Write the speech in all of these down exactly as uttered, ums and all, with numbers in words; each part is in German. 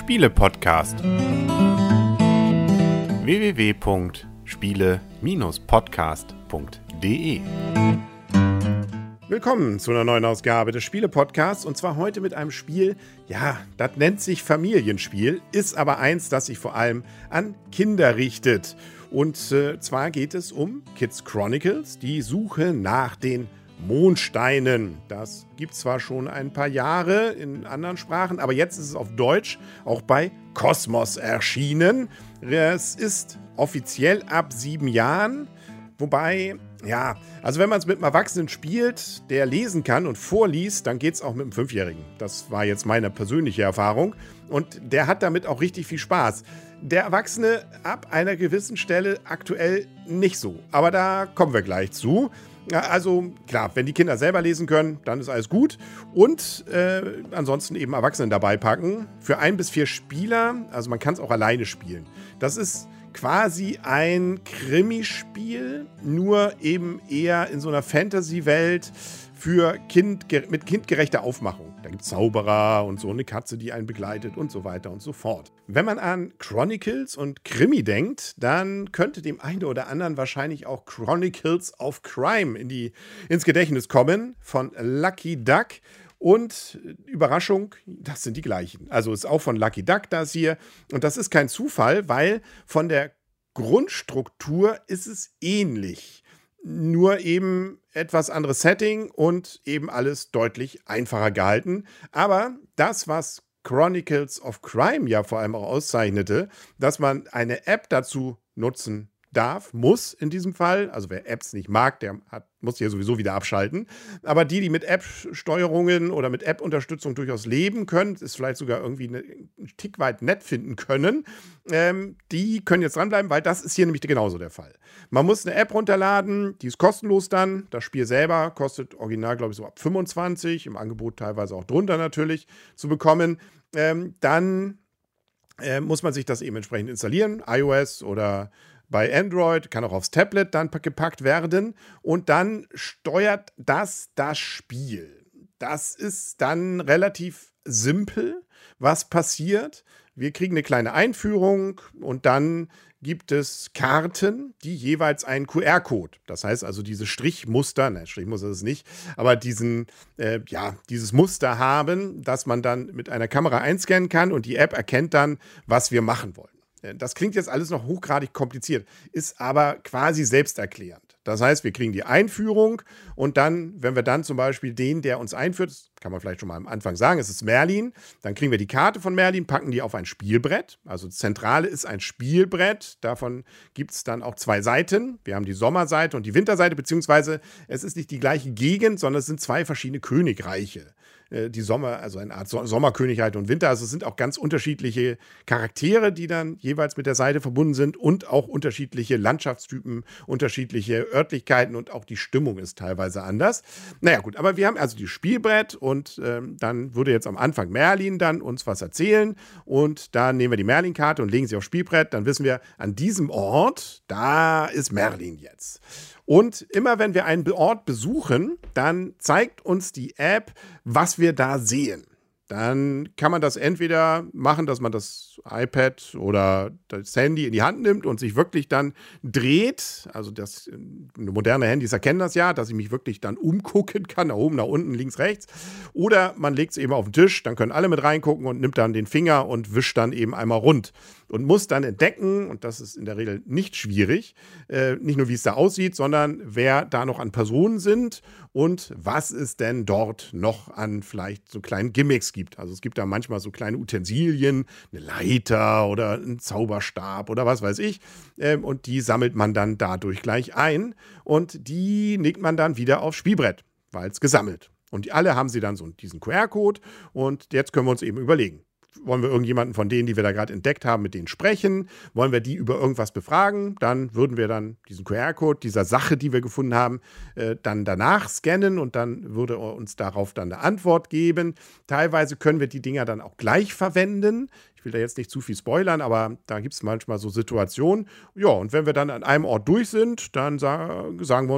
Spiele-Podcast. w w w punkt spiele Bindestrich podcast punkt de Willkommen zu einer neuen Ausgabe des Spiele-Podcasts und zwar heute mit einem Spiel, ja, das nennt sich Familienspiel, ist aber eins, das sich vor allem an Kinder richtet. Und äh, zwar geht es um Kids Chronicles, die Suche nach den Mondsteinen. Das gibt es zwar schon ein paar Jahre in anderen Sprachen, aber jetzt ist es auf Deutsch auch bei Kosmos erschienen. Es ist offiziell ab sieben Jahren, wobei, ja, also wenn man es mit einem Erwachsenen spielt, der lesen kann und vorliest, dann geht es auch mit einem Fünfjährigen. Das war jetzt meine persönliche Erfahrung und der hat damit auch richtig viel Spaß. Der Erwachsene ab einer gewissen Stelle aktuell nicht so, aber da kommen wir gleich zu. Ja, also klar, wenn die Kinder selber lesen können, dann ist alles gut. Und äh, ansonsten eben Erwachsene dabei packen. Für ein bis vier Spieler, also man kann es auch alleine spielen. Das ist quasi ein Krimispiel, nur eben eher in so einer Fantasy-Welt für kind, mit kindgerechter Aufmachung. Da gibt es Zauberer und so eine Katze, die einen begleitet und so weiter und so fort. Wenn man an Chronicles und Krimi denkt, dann könnte dem einen oder anderen wahrscheinlich auch Chronicles of Crime in die, ins Gedächtnis kommen von Lucky Duck. Und Überraschung, das sind die gleichen. Also ist auch von Lucky Duck das hier. Und das ist kein Zufall, weil von der Grundstruktur ist es ähnlich. Nur eben etwas anderes Setting und eben alles deutlich einfacher gehalten. Aber das, was Chronicles of Crime ja vor allem auch auszeichnete, dass man eine App dazu nutzen darf, muss in diesem Fall. Also wer Apps nicht mag, der hat, muss die ja sowieso wieder abschalten. Aber die, die mit App-Steuerungen oder mit App-Unterstützung durchaus leben können, ist vielleicht sogar irgendwie eine, einen Tick weit nett finden können, ähm, die können jetzt dranbleiben, weil das ist hier nämlich genauso der Fall. Man muss eine App runterladen, die ist kostenlos dann. Das Spiel selber kostet original, glaube ich, so ab fünfundzwanzig, im Angebot teilweise auch drunter natürlich zu bekommen. Ähm, dann äh, muss man sich das eben entsprechend installieren, iOS oder bei Android, kann auch aufs Tablet dann gepackt werden und dann steuert das das Spiel. Das ist dann relativ simpel, was passiert. Wir kriegen eine kleine Einführung und dann gibt es Karten, die jeweils einen Q R-Code, das heißt also diese Strichmuster, nein, Strichmuster ist es nicht, aber diesen, äh, ja, dieses Muster haben, dass man dann mit einer Kamera einscannen kann und die App erkennt dann, was wir machen wollen. Das klingt jetzt alles noch hochgradig kompliziert, ist aber quasi selbsterklärend. Das heißt, wir kriegen die Einführung und dann, wenn wir dann zum Beispiel den, der uns einführt, das kann man vielleicht schon mal am Anfang sagen, es ist Merlin, dann kriegen wir die Karte von Merlin, packen die auf ein Spielbrett. Also das Zentrale ist ein Spielbrett, davon gibt es dann auch zwei Seiten. Wir haben die Sommerseite und die Winterseite, beziehungsweise es ist nicht die gleiche Gegend, sondern es sind zwei verschiedene Königreiche. Die Sommer, also eine Art Sommerkönigreich und Winter. Also es sind auch ganz unterschiedliche Charaktere, die dann jeweils mit der Seite verbunden sind und auch unterschiedliche Landschaftstypen, unterschiedliche Örtlichkeiten und auch die Stimmung ist teilweise anders. Naja gut, aber wir haben also die Spielbrett und ähm, dann würde jetzt am Anfang Merlin dann uns was erzählen und dann nehmen wir die Merlin-Karte und legen sie aufs Spielbrett. Dann wissen wir, an diesem Ort, da ist Merlin jetzt. Und immer wenn wir einen Ort besuchen, dann zeigt uns die App, was wir da sehen. Dann kann man das entweder machen, dass man das iPad oder das Handy in die Hand nimmt und sich wirklich dann dreht. Also das moderne Handys erkennen das ja, dass ich mich wirklich dann umgucken kann, nach oben, nach unten, links, rechts. Oder man legt es eben auf den Tisch, dann können alle mit reingucken und nimmt dann den Finger und wischt dann eben einmal rund. Und muss dann entdecken, und das ist in der Regel nicht schwierig, äh, nicht nur wie es da aussieht, sondern wer da noch an Personen sind und was es denn dort noch an vielleicht so kleinen Gimmicks gibt. Also es gibt da manchmal so kleine Utensilien, eine Leiter oder einen Zauberstab oder was weiß ich. Ähm, und die sammelt man dann dadurch gleich ein und die legt man dann wieder aufs Spielbrett, weil es gesammelt. Und die alle haben sie dann so diesen Q R-Code und jetzt können wir uns eben überlegen. Wollen wir irgendjemanden von denen, die wir da gerade entdeckt haben, mit denen sprechen? Wollen wir die über irgendwas befragen? Dann würden wir dann diesen Q R-Code dieser Sache, die wir gefunden haben, äh, dann danach scannen und dann würde er uns darauf dann eine Antwort geben. Teilweise können wir die Dinger dann auch gleich verwenden. Ich will da jetzt nicht zu viel spoilern, aber da gibt es manchmal so Situationen. Ja, und wenn wir dann an einem Ort durch sind, dann sa- sagen wir uns,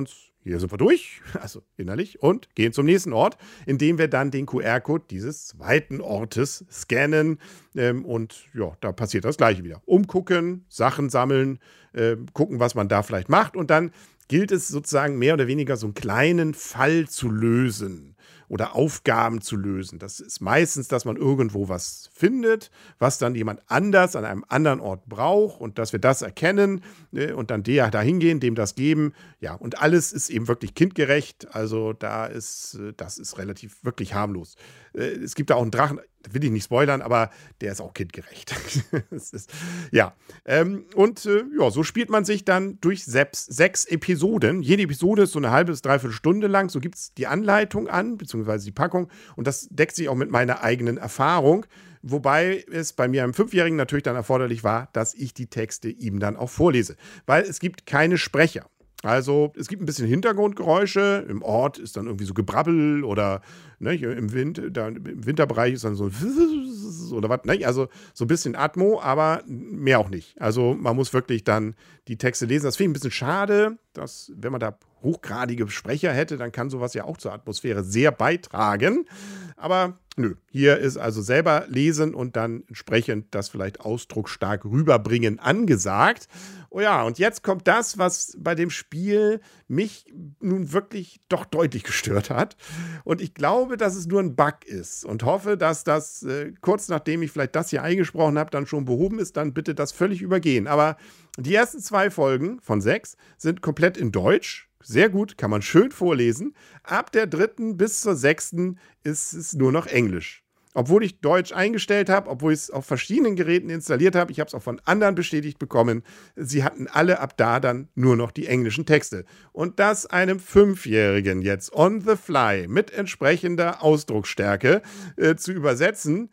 hier sind wir durch, also innerlich, und gehen zum nächsten Ort, indem wir dann den Q R-Code dieses zweiten Ortes scannen. Ähm, und ja, da passiert das Gleiche wieder. Umgucken, Sachen sammeln, äh, gucken, was man da vielleicht macht. Und dann gilt es sozusagen mehr oder weniger so einen kleinen Fall zu lösen oder Aufgaben zu lösen. Das ist meistens, dass man irgendwo was findet, was dann jemand anders an einem anderen Ort braucht und dass wir das erkennen äh, und dann der da hingehen, dem das geben. Ja, und alles ist eben wirklich kindgerecht. Also da ist, äh, das ist relativ wirklich harmlos. Äh, es gibt da auch einen Drachen, das will ich nicht spoilern, aber der ist auch kindgerecht. Das ist, ja, ähm, und äh, ja, so spielt man sich dann durch sechs, sechs Episoden. Jede Episode ist so eine halbe bis dreiviertel Stunde lang. So gibt es die Anleitung an, beziehungsweise die Packung. Und das deckt sich auch mit meiner eigenen Erfahrung. Wobei es bei mir einem Fünfjährigen natürlich dann erforderlich war, dass ich die Texte ihm dann auch vorlese. Weil es gibt keine Sprecher. Also es gibt ein bisschen Hintergrundgeräusche. Im Ort ist dann irgendwie so Gebrabbel oder ne, im, Wind, da, im Winterbereich ist dann so oder was. Ne? Also so ein bisschen Atmo, aber mehr auch nicht. Also man muss wirklich dann die Texte lesen. Das finde ich ein bisschen schade, dass wenn man da hochgradige Sprecher hätte, dann kann sowas ja auch zur Atmosphäre sehr beitragen. Aber nö, hier ist also selber lesen und dann entsprechend das vielleicht ausdrucksstark rüberbringen angesagt. Oh ja, und jetzt kommt das, was bei dem Spiel mich nun wirklich doch deutlich gestört hat. Und ich glaube, dass es nur ein Bug ist und hoffe, dass das äh, kurz nachdem ich vielleicht das hier eingesprochen habe, dann schon behoben ist. Dann bitte das völlig übergehen. Aber die ersten zwei Folgen von sechs sind komplett in Deutsch. Sehr gut, kann man schön vorlesen. Ab der dritten bis zur sechsten ist es nur noch Englisch. Obwohl ich Deutsch eingestellt habe, obwohl ich es auf verschiedenen Geräten installiert habe, ich habe es auch von anderen bestätigt bekommen, sie hatten alle ab da dann nur noch die englischen Texte. Und das einem Fünfjährigen jetzt on the fly mit entsprechender Ausdrucksstärke äh, zu übersetzen,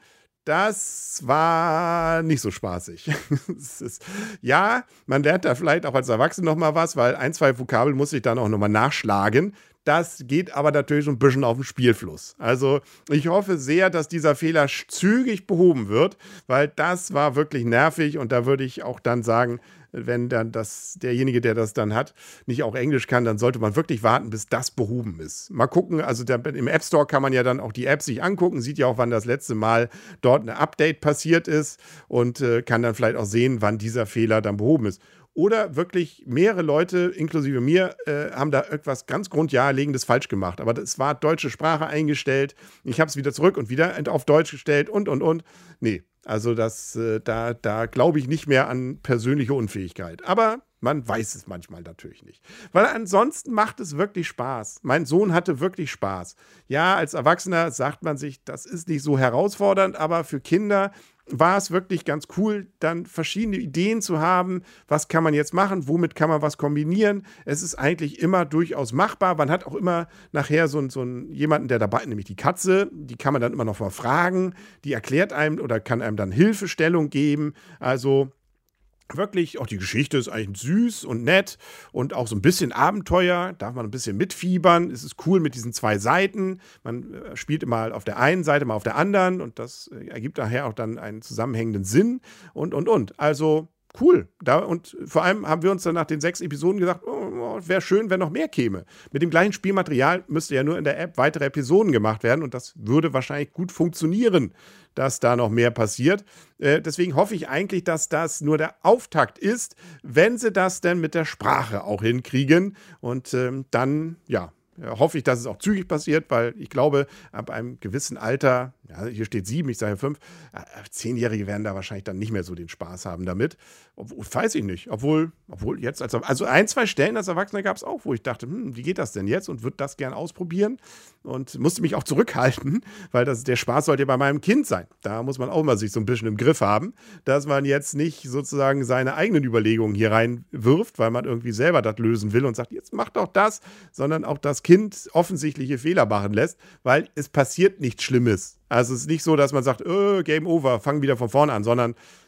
das war nicht so spaßig. ist, ja, man lernt da vielleicht auch als Erwachsener noch mal was, weil ein, zwei Vokabeln muss ich dann auch noch mal nachschlagen. Das geht aber natürlich so ein bisschen auf den Spielfluss. Also ich hoffe sehr, dass dieser Fehler zügig behoben wird, weil das war wirklich nervig und da würde ich auch dann sagen, wenn dann das, derjenige, der das dann hat, nicht auch Englisch kann, dann sollte man wirklich warten, bis das behoben ist. Mal gucken, also der, im App Store kann man ja dann auch die App sich angucken, sieht ja auch, wann das letzte Mal dort ein Update passiert ist und äh, kann dann vielleicht auch sehen, wann dieser Fehler dann behoben ist. Oder wirklich mehrere Leute, inklusive mir, äh, haben da etwas ganz Grundjahrlegendes falsch gemacht. Aber es war deutsche Sprache eingestellt. Ich habe es wieder zurück und wieder auf Deutsch gestellt und, und, und. Nee, also das, äh, da, da glaube ich nicht mehr an persönliche Unfähigkeit. Aber man weiß es manchmal natürlich nicht. Weil ansonsten macht es wirklich Spaß. Mein Sohn hatte wirklich Spaß. Ja, als Erwachsener sagt man sich, das ist nicht so herausfordernd, aber für Kinder war es wirklich ganz cool, dann verschiedene Ideen zu haben. Was kann man jetzt machen? Womit kann man was kombinieren? Es ist eigentlich immer durchaus machbar. Man hat auch immer nachher so, so einen, jemanden, der dabei, nämlich die Katze, die kann man dann immer noch mal fragen. Die erklärt einem oder kann einem dann Hilfestellung geben. Also wirklich, auch die Geschichte ist eigentlich süß und nett und auch so ein bisschen Abenteuer, darf man ein bisschen mitfiebern. Es ist cool mit diesen zwei Seiten. Man äh, spielt mal auf der einen Seite, mal auf der anderen und das äh, ergibt nachher auch dann einen zusammenhängenden Sinn und, und, und. Also cool. Da, und vor allem haben wir uns dann nach den sechs Episoden gesagt, oh, wäre schön, wenn noch mehr käme. Mit dem gleichen Spielmaterial müsste ja nur in der App weitere Episoden gemacht werden und das würde wahrscheinlich gut funktionieren, dass da noch mehr passiert. Äh, deswegen hoffe ich eigentlich, dass das nur der Auftakt ist, wenn sie das denn mit der Sprache auch hinkriegen. Und ähm, dann, ja, hoffe ich, dass es auch zügig passiert, weil ich glaube, ab einem gewissen Alter, ja, hier steht sieben, ich sage fünf, äh, Zehnjährige werden da wahrscheinlich dann nicht mehr so den Spaß haben damit. Obwohl, weiß ich nicht. Obwohl, obwohl jetzt, als, also ein, zwei Stellen als Erwachsener gab es auch, wo ich dachte, hm, wie geht das denn jetzt und würde das gern ausprobieren und musste mich auch zurückhalten, weil das, der Spaß sollte ja bei meinem Kind sein. Da muss man auch mal sich so ein bisschen im Griff haben, dass man jetzt nicht sozusagen seine eigenen Überlegungen hier reinwirft, weil man irgendwie selber das lösen will und sagt, jetzt mach doch das, sondern auch das Kind offensichtliche Fehler machen lässt, weil es passiert nichts Schlimmes. Also es ist nicht so, dass man sagt, oh, Game over, fang wieder von vorne an, sondern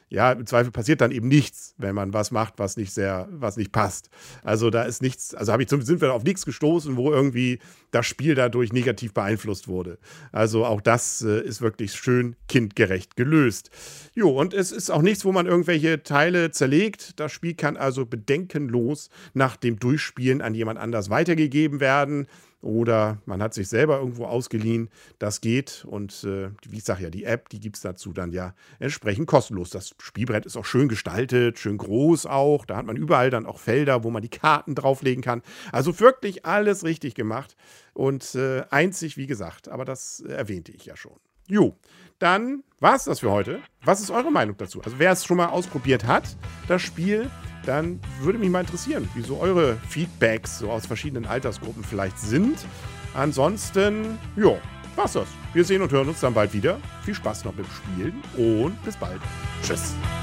ja, im Zweifel passiert dann eben nichts, wenn man was macht, was nicht sehr, was nicht passt. Also da ist nichts, also habe ich zum, sind wir auf nichts gestoßen, wo irgendwie das Spiel dadurch negativ beeinflusst wurde. Also auch das äh, ist wirklich schön kindgerecht gelöst. Jo, und es ist auch nichts, wo man irgendwelche Teile zerlegt. Das Spiel kann also bedenkenlos nach dem Durchspielen an jemand anders weitergegeben werden. Oder man hat sich selber irgendwo ausgeliehen. Das geht. Und äh, wie ich sage ja, die App, die gibt es dazu dann ja entsprechend kostenlos. Das Spielbrett ist auch schön gestaltet, schön groß auch. Da hat man überall dann auch Felder, wo man die Karten drauflegen kann. Also wirklich alles richtig gemacht. Und äh, einzig, wie gesagt. Aber das äh, erwähnte ich ja schon. Jo, dann war es das für heute. Was ist eure Meinung dazu? Also wer es schon mal ausprobiert hat, das Spiel, dann würde mich mal interessieren, wie so eure Feedbacks so aus verschiedenen Altersgruppen vielleicht sind. Ansonsten, jo, war's das. Wir sehen und hören uns dann bald wieder. Viel Spaß noch beim Spielen und bis bald. Tschüss.